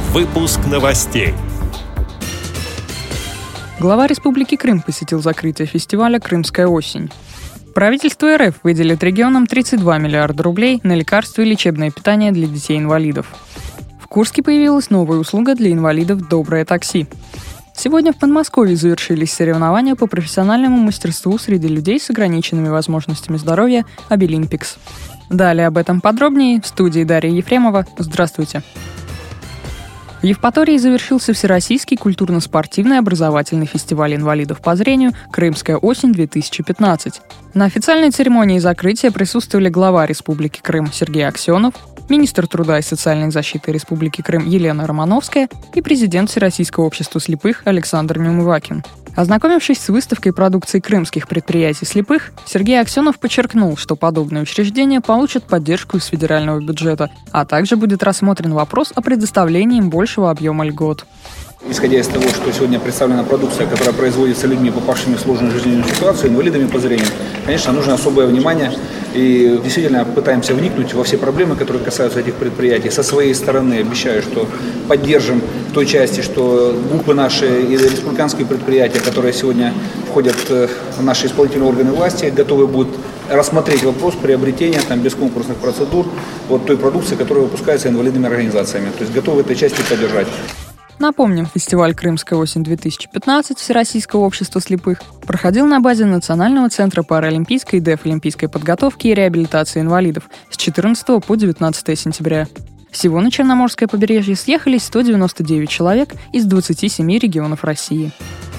Выпуск новостей. Глава Республики Крым посетил закрытие фестиваля «Крымская осень». Правительство РФ выделит регионам 32 миллиарда рублей на лекарства и лечебное питание для детей-инвалидов. В Курске появилась новая услуга для инвалидов «Доброе такси». Сегодня в Подмосковье завершились соревнования по профессиональному мастерству среди людей с ограниченными возможностями здоровья «Обилимпикс». Далее об этом подробнее в студии Дарья Ефремова. Здравствуйте. В Евпатории завершился Всероссийский культурно-спортивный образовательный фестиваль инвалидов по зрению «Крымская осень-2015». На официальной церемонии закрытия присутствовали глава Республики Крым Сергей Аксенов, министр труда и социальной защиты Республики Крым Елена Романовская и президент Всероссийского общества слепых Александр Неумывакин. Ознакомившись с выставкой продукции крымских предприятий слепых, Сергей Аксенов подчеркнул, что подобные учреждения получат поддержку из федерального бюджета, а также будет рассмотрен вопрос о предоставлении им большего объема льгот. Исходя из того, что сегодня представлена продукция, которая производится людьми, попавшими в сложную жизненную ситуацию, инвалидами по зрению, конечно, нужно особое внимание. И действительно пытаемся вникнуть во все проблемы, которые касаются этих предприятий. Со своей стороны обещаю, что поддержим в той части, что группы наши и республиканские предприятия, которые сегодня входят в наши исполнительные органы власти, готовы будут рассмотреть вопрос приобретения без конкурсных процедур той продукции, которая выпускается инвалидными организациями. То есть готовы этой части поддержать. Напомним, фестиваль «Крымская осень-2015» Всероссийского общества слепых проходил на базе Национального центра паралимпийской и дефлимпийской подготовки и реабилитации инвалидов с 14 по 19 сентября. Всего на Черноморское побережье съехались 199 человек из 27 регионов России.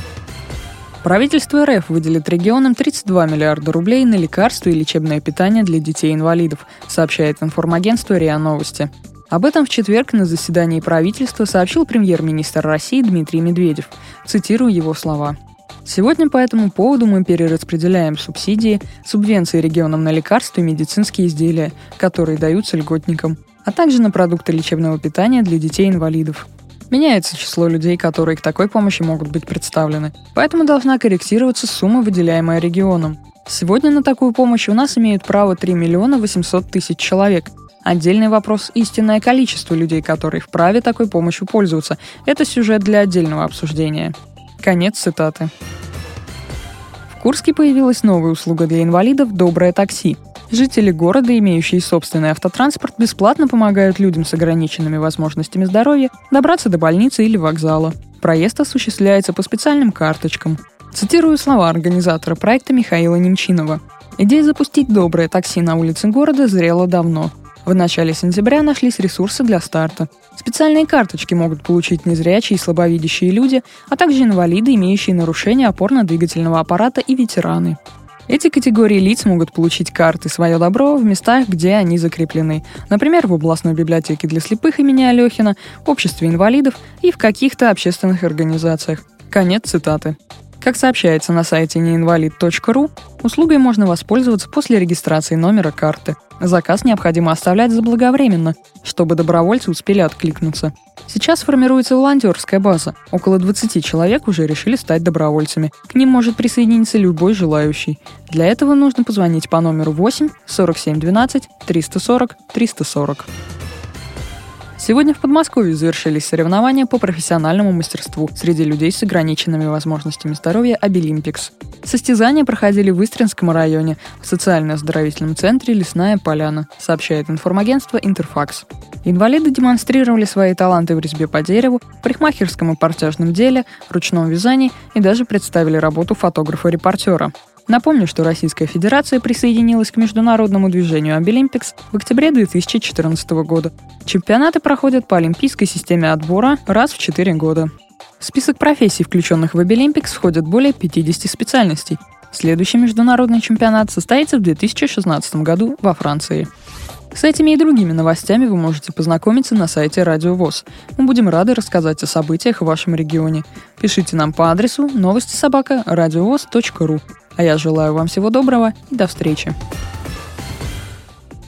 Правительство РФ выделит регионам 32 миллиарда рублей на лекарства и лечебное питание для детей-инвалидов, сообщает информагентство РИА Новости. Об этом в четверг на заседании правительства сообщил премьер-министр России Дмитрий Медведев. Цитирую его слова. «Сегодня по этому поводу мы перераспределяем субсидии, субвенции регионам на лекарства и медицинские изделия, которые даются льготникам, а также на продукты лечебного питания для детей-инвалидов. Меняется число людей, которые к такой помощи могут быть представлены, поэтому должна корректироваться сумма, выделяемая регионам. Сегодня на такую помощь у нас имеют право 3 миллиона 800 тысяч человек. Отдельный вопрос – истинное количество людей, которые вправе такой помощью пользоваться. Это сюжет для отдельного обсуждения». Конец цитаты. В Курске появилась новая услуга для инвалидов «Доброе такси». Жители города, имеющие собственный автотранспорт, бесплатно помогают людям с ограниченными возможностями здоровья добраться до больницы или вокзала. Проезд осуществляется по специальным карточкам. Цитирую слова организатора проекта Михаила Немчинова. «Идея запустить доброе такси на улице города зрела давно. В начале сентября нашлись ресурсы для старта. Специальные карточки могут получить незрячие и слабовидящие люди, а также инвалиды, имеющие нарушения опорно-двигательного аппарата, и ветераны. Эти категории лиц могут получить карты «Свое добро» в местах, где они закреплены, например, в областной библиотеке для слепых имени Алехина, в обществе инвалидов и в каких-то общественных организациях». Конец цитаты. Как сообщается на сайте неинвалид.ру, услугой можно воспользоваться после регистрации номера карты. Заказ необходимо оставлять заблаговременно, чтобы добровольцы успели откликнуться. Сейчас формируется волонтерская база. Около 20 человек уже решили стать добровольцами. К ним может присоединиться любой желающий. Для этого нужно позвонить по номеру 8 47 12 340 340. Сегодня в Подмосковье завершились соревнования по профессиональному мастерству среди людей с ограниченными возможностями здоровья «Обилимпикс». Состязания проходили в Истринском районе, в социально-оздоровительном центре «Лесная поляна», сообщает информагентство «Интерфакс». Инвалиды демонстрировали свои таланты в резьбе по дереву, парикмахерском и портяжном деле, ручном вязании и даже представили работу фотографа-репортера. Напомню, что Российская Федерация присоединилась к международному движению «Обилимпикс» в октябре 2014 года. Чемпионаты проходят по олимпийской системе отбора раз в 4 года. В список профессий, включенных в «Обилимпикс», входят более 50 специальностей. Следующий международный чемпионат состоится в 2016 году во Франции. С этими и другими новостями вы можете познакомиться на сайте Радио ВОС. Мы будем рады рассказать о событиях в вашем регионе. Пишите нам по адресу новости@радиовос.ру. А я желаю вам всего доброго и до встречи.